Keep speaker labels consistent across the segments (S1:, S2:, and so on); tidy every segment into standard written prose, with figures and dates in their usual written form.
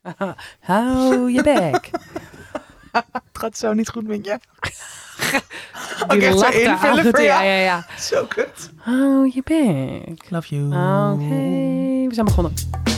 S1: Hou je bek.
S2: Het gaat zo niet goed met je.
S1: Die
S2: echt zo
S1: lacht
S2: invullen
S1: daarachter.
S2: voor jou.
S1: Ja.
S2: Zo kut.
S1: Hou je bek.
S2: Love you.
S1: Oké, we zijn begonnen.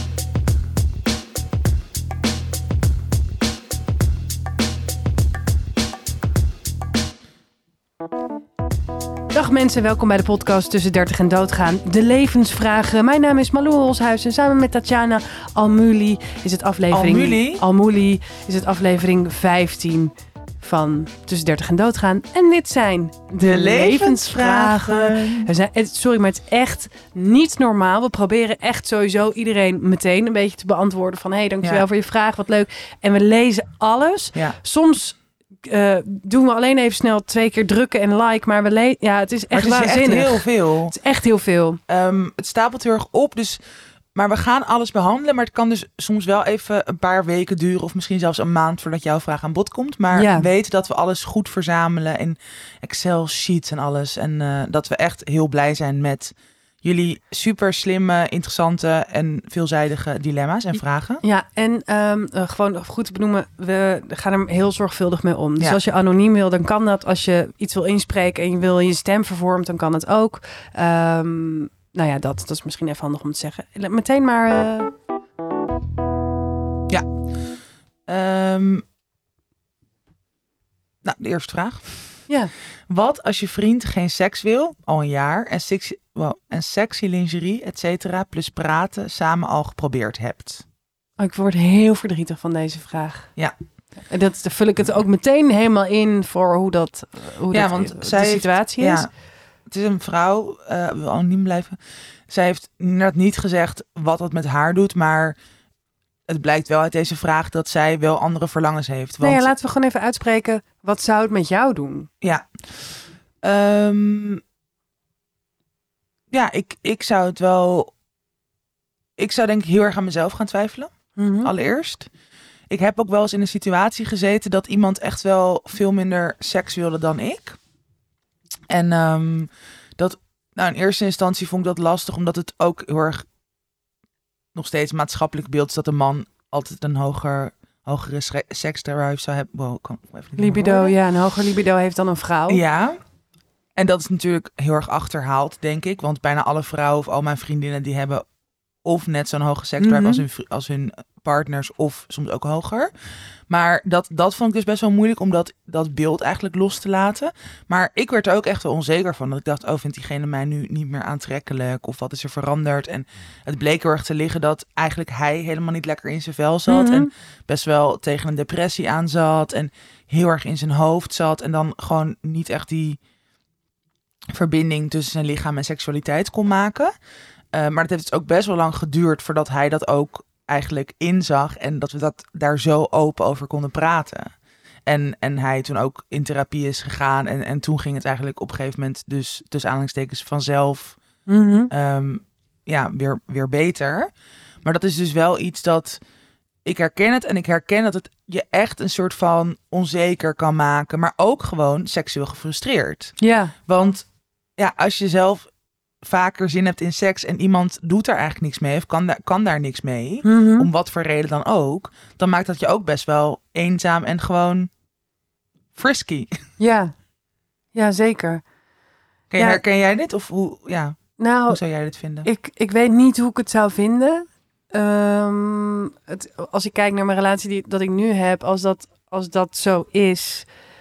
S1: Dag mensen, welkom bij de podcast Tussen 30 en Doodgaan. De levensvragen. Mijn naam is Malou Holshuis en samen met Tatjana Almouli is het aflevering... is het aflevering 15 van Tussen 30 en Doodgaan. En dit zijn de levensvragen. Sorry, maar het is echt niet normaal. We proberen echt sowieso iedereen meteen een beetje te beantwoorden van... hey, dankjewel voor je vraag, wat leuk. En we lezen alles.
S2: Ja.
S1: Soms... doen we alleen even snel 2 keer drukken en like, maar het is echt waanzinnig.
S2: Het is echt heel veel.
S1: Het is echt heel veel.
S2: Het stapelt heel erg op, maar we gaan alles behandelen. Maar het kan dus soms wel even een paar weken duren of misschien zelfs een maand voordat jouw vraag aan bod komt. Maar weet dat we alles goed verzamelen in Excel sheets en alles. En dat we echt heel blij zijn met jullie super slimme, interessante en veelzijdige dilemma's en vragen.
S1: Ja, en gewoon goed te benoemen, we gaan er heel zorgvuldig mee om. Dus als je anoniem wil, dan kan dat. Als je iets wil inspreken en je wil je stem vervormt, dan kan het ook. Dat is misschien even handig om te zeggen. Meteen maar...
S2: De eerste vraag.
S1: Ja.
S2: Wat als je vriend geen seks wil, al een jaar, en sexy lingerie, et cetera, plus praten, samen al geprobeerd hebt?
S1: Ik word heel verdrietig van deze vraanag.
S2: Ja.
S1: En daar vul ik het ook meteen helemaal in voor hoe de situatie is.
S2: Ja, het is een vrouw, wil anoniem blijven. Zij heeft net niet gezegd wat het met haar doet, maar het blijkt wel uit deze vraag dat zij wel andere verlangens heeft. Want...
S1: laten we gewoon even uitspreken. Wat zou het met jou doen?
S2: Ja. Ik zou het wel... Ik zou denk ik heel erg aan mezelf gaan twijfelen. Mm-hmm. Allereerst. Ik heb ook wel eens in een situatie gezeten dat iemand echt wel veel minder seks wilde dan ik. En in eerste instantie vond ik dat lastig, omdat het ook heel erg nog steeds maatschappelijk beeld is dat een man altijd een hogere seksdrive zou hebben. Wow,
S1: libido, een hoger libido heeft dan een vrouw.
S2: Ja, en dat is natuurlijk heel erg achterhaald, denk ik. Want bijna alle vrouwen of al mijn vriendinnen die hebben of net zo'n hoge seksdrive als hun partners of soms ook hoger. Maar dat vond ik dus best wel moeilijk om dat beeld eigenlijk los te laten. Maar ik werd er ook echt wel onzeker van. Dat ik dacht, vindt diegene mij nu niet meer aantrekkelijk? Of wat is er veranderd? En het bleek heel erg te liggen dat eigenlijk hij helemaal niet lekker in zijn vel zat. Mm-hmm. En best wel tegen een depressie aan zat. En heel erg in zijn hoofd zat. En dan gewoon niet echt die verbinding tussen zijn lichaam en seksualiteit kon maken. Maar het heeft dus ook best wel lang geduurd voordat hij dat ook eigenlijk inzag en dat we daar zo open over konden praten. En hij toen ook in therapie is gegaan en toen ging het eigenlijk op een gegeven moment dus tussen aanhalingstekens vanzelf weer beter. Maar dat is dus wel iets dat ik herken het en ik herken dat het je echt een soort van onzeker kan maken, maar ook gewoon seksueel gefrustreerd.
S1: Ja.
S2: Want als je zelf vaker zin hebt in seks en iemand doet daar eigenlijk niks mee of kan daar niks mee, om wat voor reden dan ook, dan maakt dat je ook best wel eenzaam en gewoon frisky.
S1: Ja, zeker.
S2: Herken jij dit? Of hoe zou jij dit vinden?
S1: Ik weet niet hoe ik het zou vinden. Als ik kijk naar mijn relatie dat ik nu heb, als dat zo is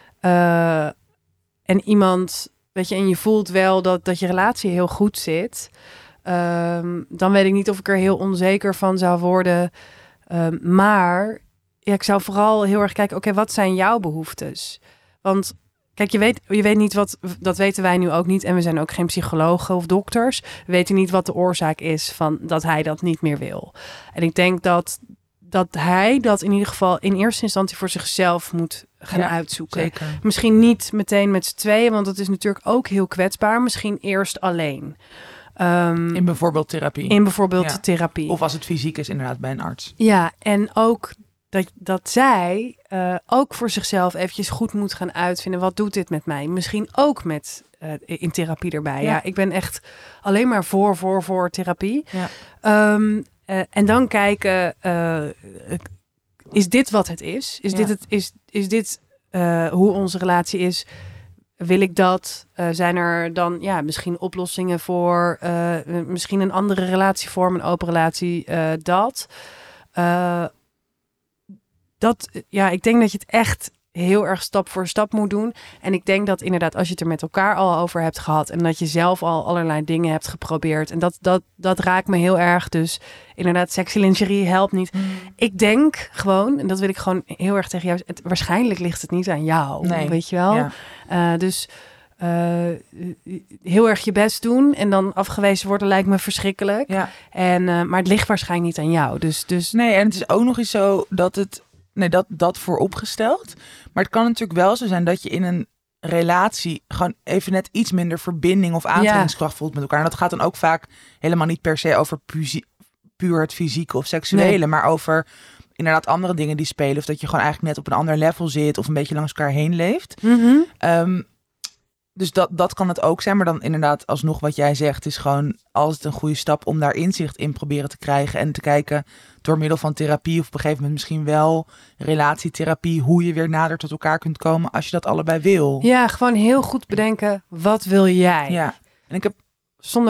S1: en iemand... Weet je, en je voelt wel dat je relatie heel goed zit. Dan weet ik niet of ik er heel onzeker van zou worden. Maar ik zou vooral heel erg kijken, oké, wat zijn jouw behoeftes? Want kijk, je weet niet dat weten wij nu ook niet. En we zijn ook geen psychologen of dokters. We weten niet wat de oorzaak is van dat hij dat niet meer wil. En ik denk dat hij dat in ieder geval in eerste instantie voor zichzelf moet gaan uitzoeken.
S2: Zeker.
S1: Misschien niet meteen met z'n tweeën, want dat is natuurlijk ook heel kwetsbaar. Misschien eerst alleen.
S2: In bijvoorbeeld therapie.
S1: Of
S2: Of als het fysiek is, inderdaad, bij een arts.
S1: Ja, en ook dat zij ook voor zichzelf eventjes goed moet gaan uitvinden. Wat doet dit met mij? Misschien ook met in therapie erbij. Ja, ik ben echt alleen maar voor therapie. Ja. En dan kijken, is dit wat het is? Is dit hoe onze relatie is? Wil ik dat? Zijn er dan misschien oplossingen voor? Misschien een andere relatievorm, een open relatie, dat. Ik denk dat je het echt heel erg stap voor stap moet doen. En ik denk dat inderdaad, als je het er met elkaar al over hebt gehad en dat je zelf al allerlei dingen hebt geprobeerd. En dat raakt me heel erg. Dus inderdaad, sexy lingerie helpt niet. Ik denk gewoon, en dat wil ik gewoon heel erg tegen jou zeggen, waarschijnlijk ligt het niet aan jou. Nee. Weet je wel? Ja. Dus heel erg je best doen en dan afgewezen worden lijkt me verschrikkelijk. Ja. Maar het ligt waarschijnlijk niet aan jou. Dus...
S2: Nee, en het is ook nog eens zo dat het... Nee, dat vooropgesteld. Maar het kan natuurlijk wel zo zijn dat je in een relatie gewoon even net iets minder verbinding of aantrekkingskracht voelt met elkaar. En dat gaat dan ook vaak helemaal niet per se over puur het fysieke of seksuele, maar over inderdaad andere dingen die spelen. Of dat je gewoon eigenlijk net op een ander level zit of een beetje langs elkaar heen leeft. Dus dat kan het ook zijn. Maar dan inderdaad alsnog wat jij zegt is gewoon altijd een goede stap om daar inzicht in proberen te krijgen. En te kijken door middel van therapie of op een gegeven moment misschien wel relatietherapie. Hoe je weer nader tot elkaar kunt komen als je dat allebei wil.
S1: Ja, gewoon heel goed bedenken. Wat wil jij?
S2: Ja. En ik heb...
S1: Zonder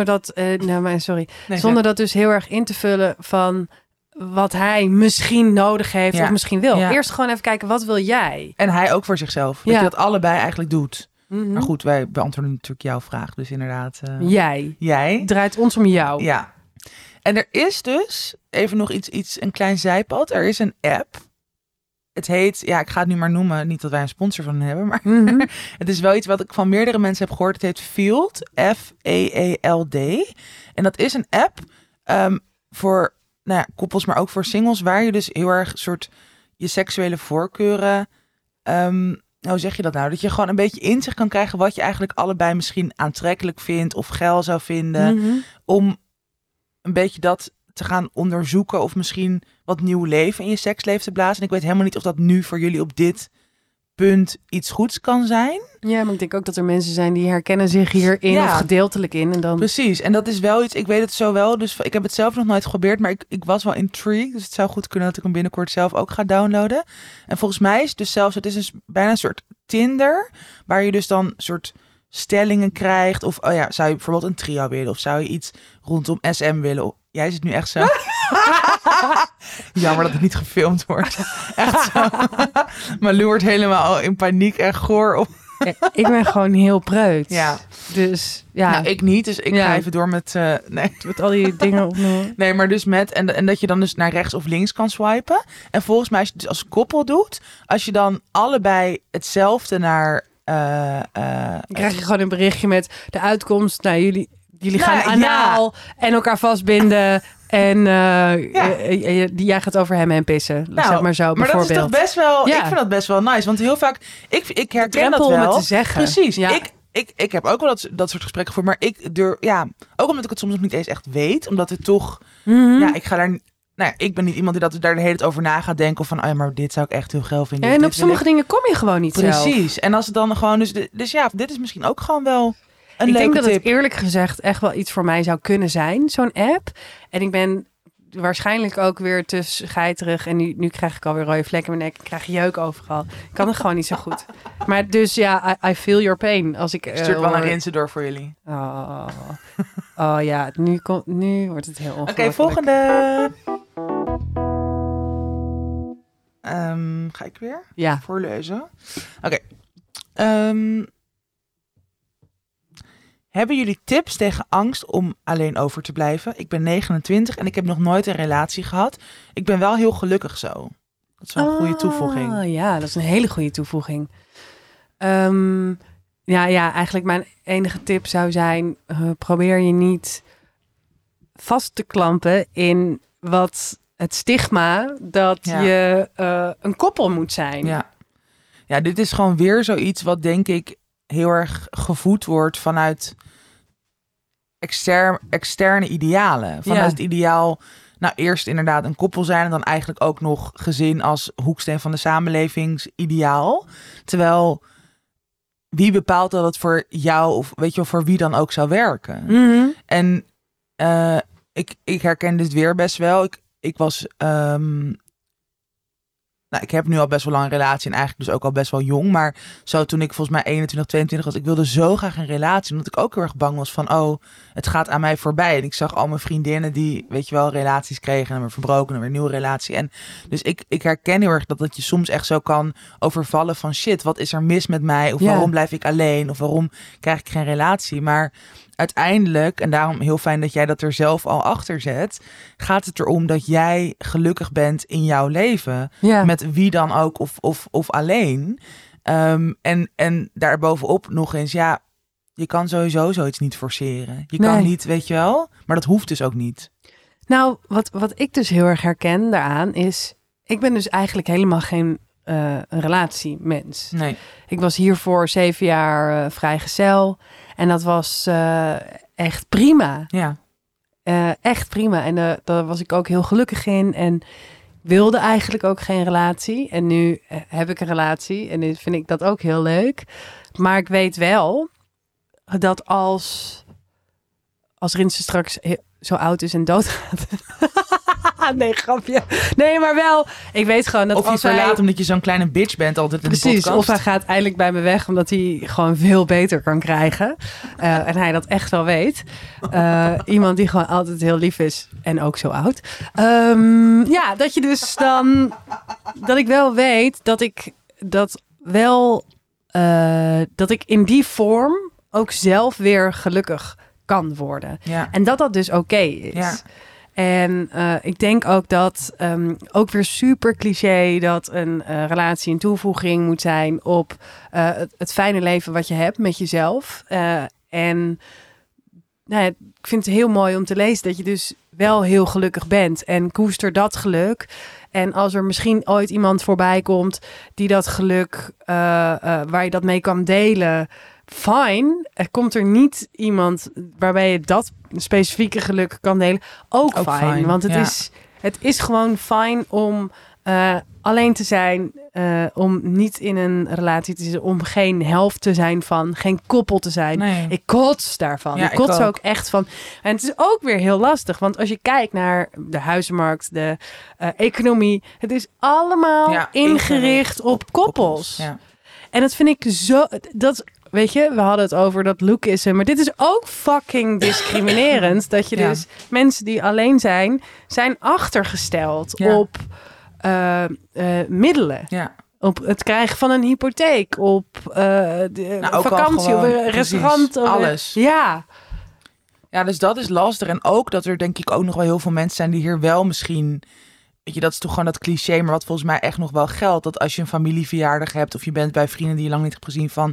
S1: dat dus heel erg in te vullen van wat hij misschien nodig heeft of misschien wil. Ja. Eerst gewoon even kijken, wat wil jij?
S2: En hij ook voor zichzelf. Dat je dat allebei eigenlijk doet. Maar goed, wij beantwoorden natuurlijk jouw vraag. Dus inderdaad...
S1: Jij. Het draait ons om jou.
S2: Ja. En er is dus, even nog een klein zijpad. Er is een app. Het heet, ik ga het nu maar noemen. Niet dat wij een sponsor van hebben. Maar het is wel iets wat ik van meerdere mensen heb gehoord. Het heet Feeld. Feeld. En dat is een app voor koppels, maar ook voor singles. Waar je dus heel erg soort je seksuele voorkeuren... hoe zeg je dat nou? Dat je gewoon een beetje inzicht kan krijgen wat je eigenlijk allebei misschien aantrekkelijk vindt of geil zou vinden. Om een beetje dat te gaan onderzoeken of misschien wat nieuw leven in je seksleven te blazen. En ik weet helemaal niet of dat nu voor jullie op dit punt iets goeds kan zijn.
S1: Ja, maar ik denk ook dat er mensen zijn die herkennen zich hierin of gedeeltelijk in. En dan...
S2: Precies, en dat is wel iets, ik weet het zo wel, dus ik heb het zelf nog nooit geprobeerd, maar ik was wel intrigued, dus het zou goed kunnen dat ik hem binnenkort zelf ook ga downloaden. En volgens mij is het dus zelfs, het is dus bijna een soort Tinder, waar je dus dan soort stellingen krijgt, of zou je bijvoorbeeld een trio willen, of zou je iets rondom SM willen? Jij zit nu echt zo. Jammer dat het niet gefilmd wordt. Echt zo. Maar Lou wordt helemaal in paniek en goor op.
S1: Ik ben gewoon heel preut.
S2: Ja.
S1: Dus ja.
S2: Nou, ik niet. Dus ik ga even door met...
S1: Met al die dingen opnoemen.
S2: Nee, maar dus met... En dat je dan dus naar rechts of links kan swipen. En volgens mij, als je het dus als koppel doet... Als je dan allebei hetzelfde naar...
S1: dan krijg je gewoon een berichtje met de uitkomst. Nou, jullie gaan anaal en elkaar vastbinden. En jij gaat over hem en pissen. Zeg maar zo, bijvoorbeeld.
S2: Maar dat is toch best wel... Ik vind dat best wel nice. Want heel vaak... Ik herken dat wel.
S1: Om het te zeggen.
S2: Precies. Ja. Ik heb ook wel dat soort gesprekken gevoerd. Maar ik durf... Ja, ook omdat ik het soms nog niet eens echt weet. Omdat het toch... ik ga daar... Nou ja, ik ben niet iemand die daar de hele tijd over na gaat denken. Of van, maar dit zou ik echt heel geil vinden.
S1: En op sommige dingen kom je gewoon niet zelf.
S2: Precies. En als het dan gewoon... Dus ja, dit is misschien ook gewoon wel... Ik
S1: denk dat het eerlijk gezegd echt wel iets voor mij zou kunnen zijn, zo'n app. En ik ben waarschijnlijk ook weer te scheiterig. En nu krijg ik alweer rode vlekken in mijn nek. Ik krijg jeuk overal. Ik kan het gewoon niet zo goed. Maar dus ja, I feel your pain. Als ik
S2: stuurt wel een rinse door voor jullie.
S1: Oh ja, nu wordt het heel ongemakkelijk.
S2: Oké, volgende. Ga ik weer?
S1: Ja.
S2: Voorlezen. Oké. Hebben jullie tips tegen angst om alleen over te blijven? Ik ben 29 en ik heb nog nooit een relatie gehad. Ik ben wel heel gelukkig zo. Dat is wel een goede toevoeging.
S1: Ja, dat is een hele goede toevoeging. Eigenlijk mijn enige tip zou zijn... probeer je niet vast te klampen in wat het stigma... dat je een koppel moet zijn.
S2: Ja, dit is gewoon weer zoiets wat denk ik... heel erg gevoed wordt vanuit externe idealen. Vanuit het ideaal, eerst inderdaad een koppel zijn... en dan eigenlijk ook nog gezin als hoeksteen van de samenlevingsideaal. Terwijl, wie bepaalt dat het voor jou... of weet je wel, voor wie dan ook zou werken? En ik herken dit weer best wel. Ik was... Nou, ik heb nu al best wel lang een relatie en eigenlijk dus ook al best wel jong. Maar zo toen ik volgens mij 21, 22 was, ik wilde zo graag een relatie. Omdat ik ook heel erg bang was van, het gaat aan mij voorbij. En ik zag al mijn vriendinnen die, weet je wel, relaties kregen en weer verbroken en weer een nieuwe relatie. En dus ik herken heel erg dat je soms echt zo kan overvallen van shit, wat is er mis met mij? Of waarom blijf ik alleen? Of waarom krijg ik geen relatie? Maar uiteindelijk, en daarom heel fijn dat jij dat er zelf al achter zet, gaat het erom dat jij gelukkig bent in jouw leven.
S1: Ja.
S2: Met wie dan ook of alleen. En daarbovenop nog eens, je kan sowieso zoiets niet forceren. Je kan niet, weet je wel, maar dat hoeft dus ook niet.
S1: Nou, wat ik dus heel erg herken daaraan is, ik ben dus eigenlijk helemaal geen relatiemens.
S2: Nee.
S1: Ik was hiervoor 7 jaar vrijgezel en dat was echt prima.
S2: Ja.
S1: Echt prima. En daar was ik ook heel gelukkig in en wilde eigenlijk ook geen relatie. En nu heb ik een relatie en nu vind ik dat ook heel leuk. Maar ik weet wel dat als Rinse straks zo oud is en doodgaat. Nee, grapje. Nee, maar wel. Ik weet gewoon dat
S2: of je verlaat omdat je zo'n kleine bitch bent altijd in de podcast.
S1: Precies, of hij gaat eindelijk bij me weg omdat hij gewoon veel beter kan krijgen. En hij dat echt wel weet. Iemand die gewoon altijd heel lief is en ook zo oud. Dat je dus dan, dat ik wel weet dat ik dat ik in die vorm ook zelf weer gelukkig kan worden.
S2: Ja.
S1: En dat dus oké is.
S2: Ja.
S1: En ik denk ook dat, ook weer super cliché, dat een relatie een toevoeging moet zijn op het fijne leven wat je hebt met jezelf. En ik vind het heel mooi om te lezen dat je dus wel heel gelukkig bent. En koester dat geluk. En als er misschien ooit iemand voorbij komt die dat geluk, waar je dat mee kan delen, fine. Er komt er niet iemand waarbij je dat specifieke geluk kan delen, ook fine. Want het is gewoon fijn om alleen te zijn, om niet in een relatie te zitten, om geen helft te zijn van, geen koppel te zijn. Nee. Ik kots daarvan. Ik kots ook echt van. En het is ook weer heel lastig, want als je kijkt naar de huizenmarkt, de economie, het is allemaal ingericht op koppels. Ja. En dat vind ik zo, weet je, we hadden het over dat lookisme, maar dit is ook fucking discriminerend. Dat je dus mensen die alleen zijn achtergesteld op middelen. Ja. Op het krijgen van een hypotheek, op vakantie, op een restaurant.
S2: Alles.
S1: Ja,
S2: dus dat is lastig. En ook dat er denk ik ook nog wel heel veel mensen zijn die hier wel misschien, weet je, dat is toch gewoon dat cliché, maar wat volgens mij echt nog wel geldt, dat als je een familieverjaardag hebt of je bent bij vrienden die je lang niet hebt gezien van,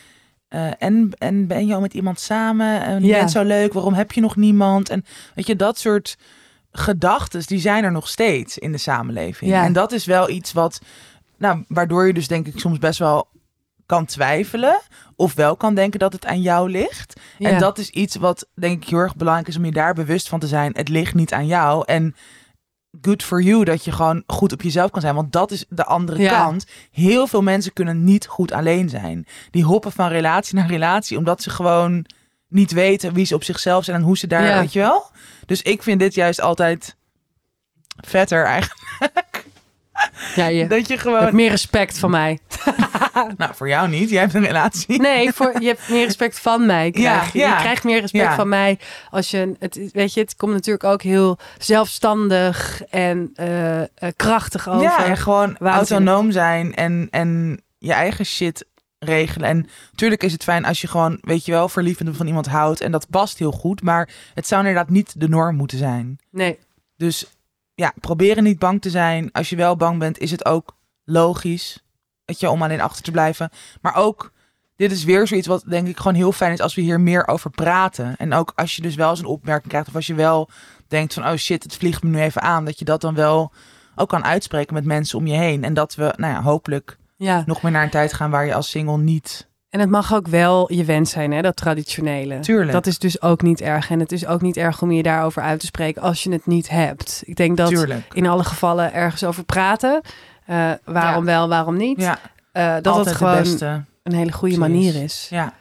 S2: en ben je al met iemand samen en je bent zo leuk, waarom heb je nog niemand? En weet je, dat soort gedachten, die zijn er nog steeds in de samenleving. Ja. En dat is wel iets wat, waardoor je dus denk ik soms best wel kan twijfelen of wel kan denken dat het aan jou ligt. Ja. En dat is iets wat denk ik heel erg belangrijk is om je daar bewust van te zijn. Het ligt niet aan jou en good for you dat je gewoon goed op jezelf kan zijn. Want dat is de andere kant. Heel veel mensen kunnen niet goed alleen zijn. Die hoppen van relatie naar relatie omdat ze gewoon niet weten wie ze op zichzelf zijn en hoe ze daar, weet je wel. Dus ik vind dit juist altijd vetter eigenlijk.
S1: Ja,
S2: dat je gewoon
S1: hebt meer respect van mij.
S2: Nou, voor jou niet. Jij hebt een relatie.
S1: Nee, je hebt meer respect van mij. Je krijgt meer respect van mij als je het komt natuurlijk ook heel zelfstandig en krachtig over.
S2: Ja, en gewoon autonoom zijn en je eigen shit regelen. En natuurlijk is het fijn als je gewoon, weet je wel, verliefd van iemand houdt en dat past heel goed, maar het zou inderdaad niet de norm moeten zijn.
S1: Nee.
S2: Dus proberen niet bang te zijn. Als je wel bang bent, is het ook logisch, weet je, om alleen achter te blijven. Maar ook, dit is weer zoiets wat denk ik gewoon heel fijn is als we hier meer over praten. En ook als je dus wel eens een opmerking krijgt of als je wel denkt van, oh shit, het vliegt me nu even aan, dat je dat dan wel ook kan uitspreken met mensen om je heen. En dat we, hopelijk nog meer naar een tijd gaan waar je als single niet. En
S1: het mag ook wel je wens zijn, hè, dat traditionele.
S2: Tuurlijk.
S1: Dat is dus ook niet erg. En het is ook niet erg om je daarover uit te spreken als je het niet hebt. Ik denk dat in alle gevallen ergens over praten. Waarom wel, waarom niet. Ja. Dat het gewoon een hele goede manier is.
S2: Ja.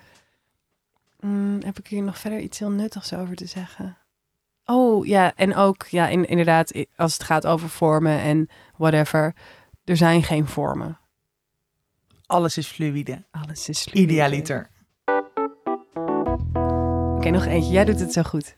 S1: Heb ik hier nog verder iets heel nuttigs over te zeggen? Oh ja, en ook inderdaad als het gaat over vormen en whatever. Er zijn geen vormen.
S2: Alles is fluïde.
S1: Alles is fluïde.
S2: Idealiter.
S1: Oké, nog eentje. Jij doet het zo goed.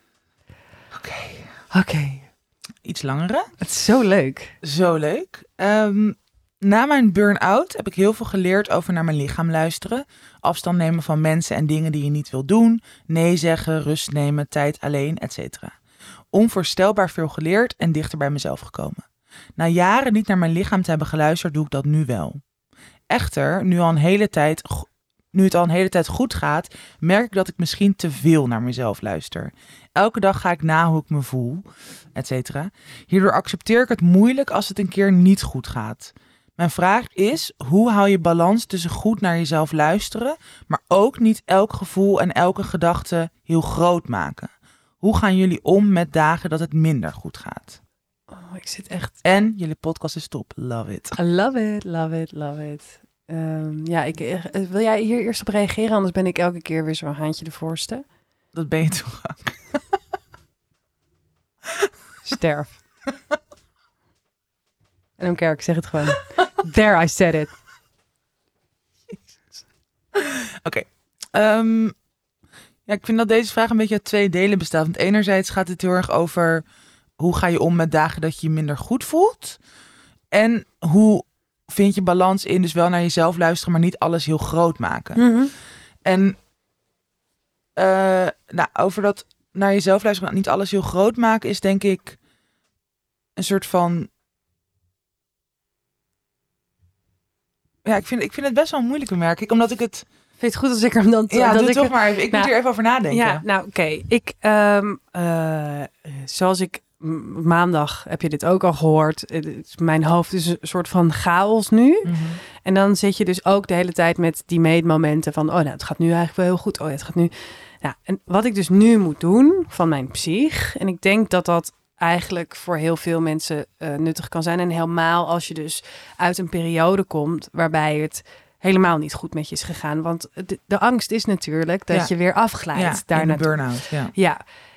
S1: Oké.
S2: Iets langere.
S1: Het is zo leuk.
S2: Zo leuk. Na mijn burn-out heb ik heel veel geleerd over naar mijn lichaam luisteren. Afstand nemen van mensen en dingen die je niet wil doen. Nee zeggen, rust nemen, tijd alleen, etc. Onvoorstelbaar veel geleerd en dichter bij mezelf gekomen. Na jaren niet naar mijn lichaam te hebben geluisterd, doe ik dat nu wel. Echter, nu het al een hele tijd goed gaat, merk ik dat ik misschien te veel naar mezelf luister. Elke dag ga ik na hoe ik me voel, etc. Hierdoor accepteer ik het moeilijk als het een keer niet goed gaat. Mijn vraag is, hoe hou je balans tussen goed naar jezelf luisteren, maar ook niet elk gevoel en elke gedachte heel groot maken? Hoe gaan jullie om met dagen dat het minder goed gaat?
S1: Oh, ik zit echt...
S2: En jullie podcast is top. Love it.
S1: I love it, love it, love it. Wil jij hier eerst op reageren? Anders ben ik elke keer weer zo'n haantje de voorste.
S2: Dat ben je toch ook.
S1: Sterf. I don't care, ik zeg het gewoon. There, I said it.
S2: Oké. Ja, ik vind dat deze vraag een beetje uit twee delen bestaat. Want enerzijds gaat het heel erg over hoe ga je om met dagen dat je je minder goed voelt. En hoe vind je balans in dus wel naar jezelf luisteren, maar niet alles heel groot maken.
S1: Mm-hmm.
S2: En over dat naar jezelf luisteren, maar niet alles heel groot maken, is denk ik een soort van... Ja, ik vind het best wel moeilijk, merk ik, omdat ik het...
S1: Vind je het goed als ik hem dan...
S2: Ja,
S1: dat
S2: doe
S1: ik
S2: toch maar even. Ik moet hier even over nadenken.
S1: Ja, nou oké. Zoals ik... Maandag heb je dit ook al gehoord. Mijn hoofd is een soort van chaos nu.
S2: Mm-hmm. En
S1: dan zit je dus ook de hele tijd met die meetmomenten van... het gaat nu eigenlijk wel heel goed. Het gaat nu... Ja, en wat ik dus nu moet doen van mijn psych... en ik denk dat dat eigenlijk voor heel veel mensen nuttig kan zijn... en helemaal als je dus uit een periode komt... waarbij het helemaal niet goed met je is gegaan. Want de angst is natuurlijk dat je weer afglijdt.
S2: Ja, in de burn-out.
S1: Ja.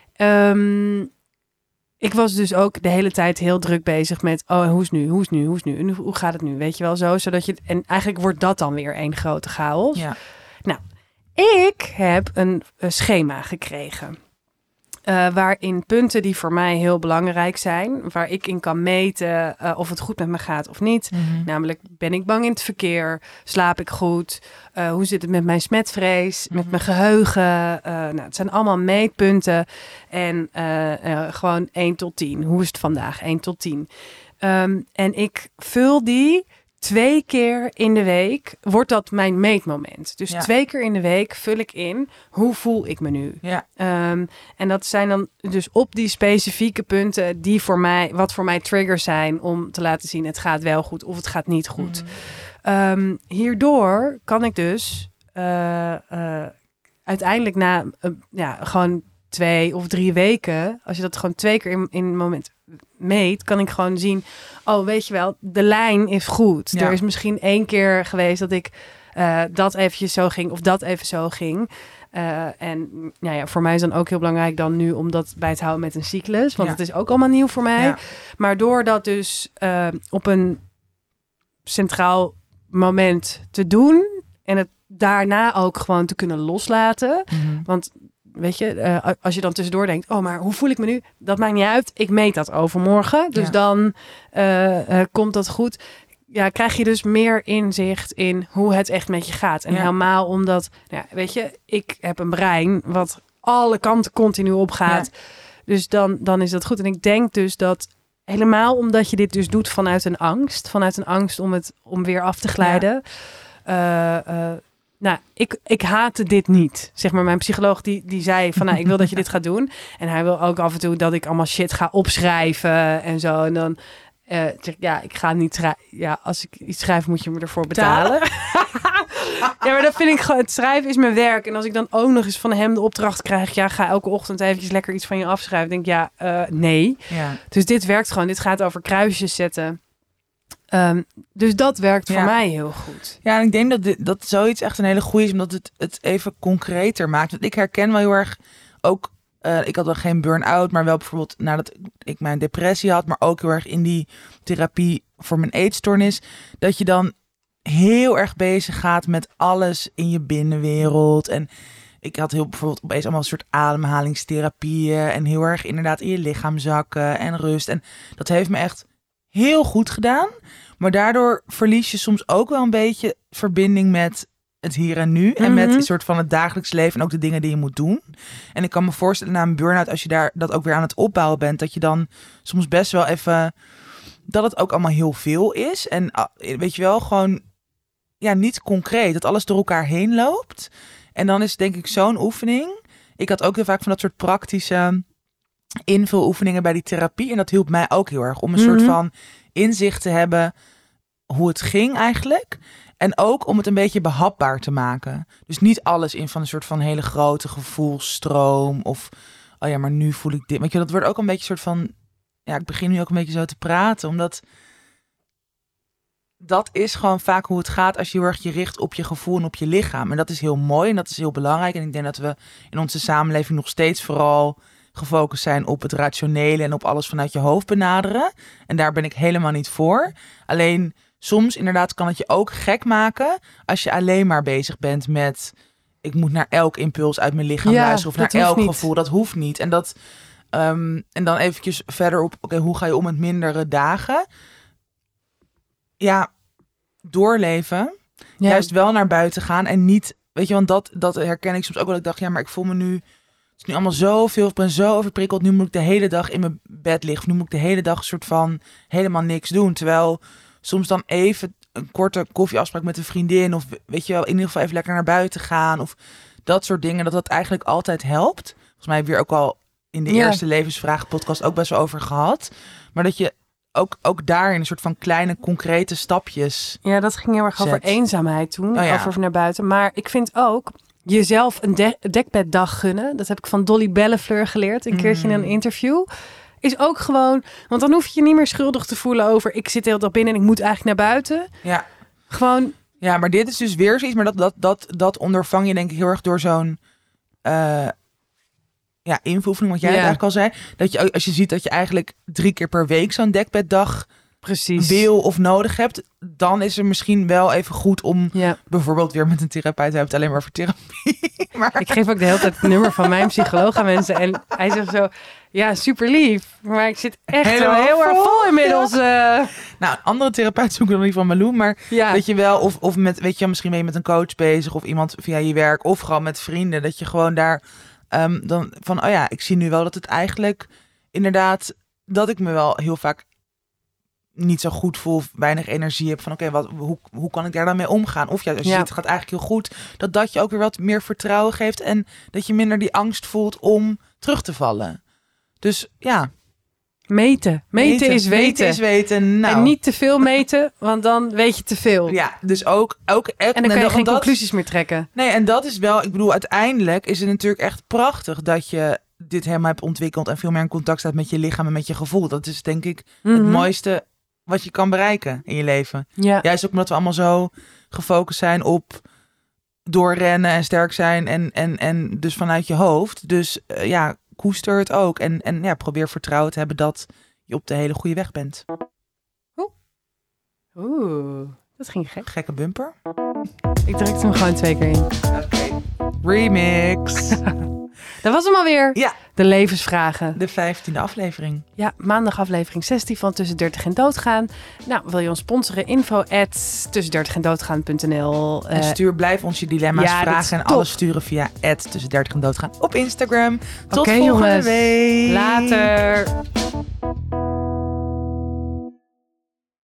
S1: Ik was dus ook de hele tijd heel druk bezig met... hoe is nu? En hoe gaat het nu? Weet je wel zo? Zodat je... En eigenlijk wordt dat dan weer één grote chaos.
S2: Ja.
S1: Nou, ik heb een schema gekregen. Waarin punten die voor mij heel belangrijk zijn... waar ik in kan meten of het goed met me gaat of niet.
S2: Mm-hmm.
S1: Namelijk, ben ik bang in het verkeer? Slaap ik goed? Hoe zit het met mijn smetvrees?
S2: Mm-hmm.
S1: Met mijn geheugen? Het zijn allemaal meetpunten. En gewoon 1 tot 10. Hoe is het vandaag? 1 tot 10. En ik vul die 2 keer in de week. Wordt dat mijn meetmoment. Dus 2 keer in de week vul ik in. Hoe voel ik me nu?
S2: Ja.
S1: En dat zijn dan dus op die specifieke punten die wat voor mij triggers zijn om te laten zien het gaat wel goed of het gaat niet goed. Mm-hmm. Hierdoor kan ik dus uiteindelijk na gewoon 2 of 3 weken, als je dat gewoon 2 keer in het moment meet, kan ik gewoon zien, weet je wel, de lijn is goed. Ja. Er is misschien 1 keer geweest dat ik dat eventjes zo ging of dat even zo ging. En voor mij is dan ook heel belangrijk dan nu om dat bij te houden met een cyclus. Want het is ook allemaal nieuw voor mij. Ja. Maar door dat dus op een centraal moment te doen en het daarna ook gewoon te kunnen loslaten. Mm-hmm. Want weet je, als je dan tussendoor denkt, maar hoe voel ik me nu? Dat maakt niet uit. Ik meet dat overmorgen. Dus dan komt dat goed. Ja, krijg je dus meer inzicht in hoe het echt met je gaat. En helemaal omdat, weet je, ik heb een brein wat alle kanten continu opgaat. Ja. Dus dan is dat goed. En ik denk dus dat helemaal omdat je dit dus doet vanuit een angst om weer af te glijden. Ja. Ik haatte dit niet. Zeg maar, mijn psycholoog die zei van, ik wil dat je dit gaat doen. En hij wil ook af en toe dat ik allemaal shit ga opschrijven en zo. En dan ik ga niet schrijven. Ja, als ik iets schrijf, moet je me ervoor betalen. Ja, maar dat vind ik gewoon... Het schrijven is mijn werk. En als ik dan ook nog eens van hem de opdracht krijg... ga elke ochtend eventjes lekker iets van je afschrijven. Denk nee. Ja. Dus dit werkt gewoon. Dit gaat over kruisjes zetten. Dus dat werkt voor mij heel goed.
S2: Ja, en ik denk dat zoiets echt een hele goeie is... omdat het even concreter maakt. Want ik herken wel heel erg ook... ik had dan geen burn-out, maar wel bijvoorbeeld nadat ik mijn depressie had, maar ook heel erg in die therapie voor mijn eetstoornis, dat je dan heel erg bezig gaat met alles in je binnenwereld. En ik had bijvoorbeeld opeens allemaal een soort ademhalingstherapieën en heel erg inderdaad in je lichaam zakken en rust. En dat heeft me echt heel goed gedaan. Maar daardoor verlies je soms ook wel een beetje verbinding met het hier en nu. En met een soort van het dagelijks leven en ook de dingen die je moet doen. En ik kan me voorstellen na een burn-out, als je daar dat ook weer aan het opbouwen bent, dat je dan soms best wel even, dat het ook allemaal heel veel is. En weet je wel, gewoon niet concreet. Dat alles door elkaar heen loopt. En dan is denk ik zo'n oefening. Ik had ook heel vaak van dat soort praktische invuloefeningen bij die therapie. En dat hielp mij ook heel erg om een soort van inzicht te hebben hoe het ging eigenlijk. En ook om het een beetje behapbaar te maken. Dus niet alles in van een soort van hele grote gevoelsstroom. Of, oh ja, maar nu voel ik dit. Weet je, dat wordt ook een beetje een soort van, ja, ik begin nu ook een beetje zo te praten. Omdat dat is gewoon vaak hoe het gaat als je heel erg je richt op je gevoel en op je lichaam. En dat is heel mooi en dat is heel belangrijk. En ik denk dat we in onze samenleving nog steeds vooral gefocust zijn op het rationele en op alles vanuit je hoofd benaderen. En daar ben ik helemaal niet voor. Alleen soms inderdaad kan het je ook gek maken als je alleen maar bezig bent met, ik moet naar elk impuls uit mijn lichaam luisteren of naar elk gevoel. Dat hoeft niet. En dat en dan eventjes verder op, oké, hoe ga je om met mindere dagen? Ja, doorleven. Ja. Juist wel naar buiten gaan en niet, weet je, want dat herken ik soms ook wel. Ik dacht, ja, maar ik voel me nu, het is nu allemaal zoveel, ik ben zo overprikkeld. Nu moet ik de hele dag in mijn bed liggen. Of nu moet ik de hele dag een soort van helemaal niks doen. Terwijl soms dan even een korte koffieafspraak met een vriendin, of weet je wel, in ieder geval even lekker naar buiten gaan, of dat soort dingen, dat eigenlijk altijd helpt. Volgens mij heb je weer ook al in de eerste levensvragen podcast ook best wel over gehad. Maar dat je ook daarin een soort van kleine, concrete stapjes.
S1: Ja, dat ging heel erg over eenzaamheid toen. Over naar buiten. Maar ik vind ook jezelf een dekbeddag gunnen. Dat heb ik van Dolly Bellefleur geleerd. Een keertje in een interview. Is ook gewoon, want dan hoef je je niet meer schuldig te voelen over, ik zit de hele dag binnen en ik moet eigenlijk naar buiten.
S2: Ja.
S1: Gewoon.
S2: Ja, maar dit is dus weer zoiets. Maar dat ondervang je denk ik heel erg door zo'n invuloefening, wat jij eigenlijk al zei. Dat je, als je ziet dat je eigenlijk 3 keer per week zo'n dekbeddag wil of nodig hebt, dan is er misschien wel even goed om bijvoorbeeld weer met een therapeut te hebben, het alleen maar voor therapie. Maar
S1: ik geef ook de hele tijd het nummer van mijn psycholoog aan mensen en hij zegt zo, ja, super lief, maar ik zit echt heel erg vol inmiddels.
S2: Nou, een andere therapeut zoeken dan die van Malou, maar dat je wel, of met, weet je, misschien ben je met een coach bezig of iemand via je werk of gewoon met vrienden, dat je gewoon daar dan van, oh ja, ik zie nu wel dat het eigenlijk inderdaad, dat ik me wel heel vaak niet zo goed voel, weinig energie heb van, oké, hoe kan ik daar dan mee omgaan? Of als je ziet, het gaat eigenlijk heel goed, dat je ook weer wat meer vertrouwen geeft en dat je minder die angst voelt om terug te vallen. Dus ja.
S1: Meten is weten.
S2: Meten is weten. Nou.
S1: En niet te veel meten, want dan weet je te veel.
S2: Ja, dus ook
S1: en dan kan je geen conclusies meer trekken.
S2: Nee, en dat is wel, ik bedoel, uiteindelijk is het natuurlijk echt prachtig dat je dit helemaal hebt ontwikkeld en veel meer in contact staat met je lichaam en met je gevoel. Dat is denk ik het mooiste wat je kan bereiken in je leven. Ja. Juist ook omdat we allemaal zo gefocust zijn op doorrennen en sterk zijn en dus vanuit je hoofd. Dus koester het ook en probeer vertrouwen te hebben dat je op de hele goede weg bent.
S1: Oeh, dat ging gek.
S2: Gekke bumper.
S1: Ik drukte hem gewoon 2 keer in.
S2: Oké. Remix.
S1: Dat was hem alweer.
S2: Ja.
S1: De levensvragen.
S2: De 15e aflevering.
S1: Ja, maandag aflevering 16 van Tussen 30 en Doodgaan. Nou, wil je ons sponsoren? info@tussendertigendoodgaan.nl.
S2: En blijf ons je dilemma's vragen en alles sturen via @tussendertig en doodgaan op Instagram. Tot volgende week.
S1: Later.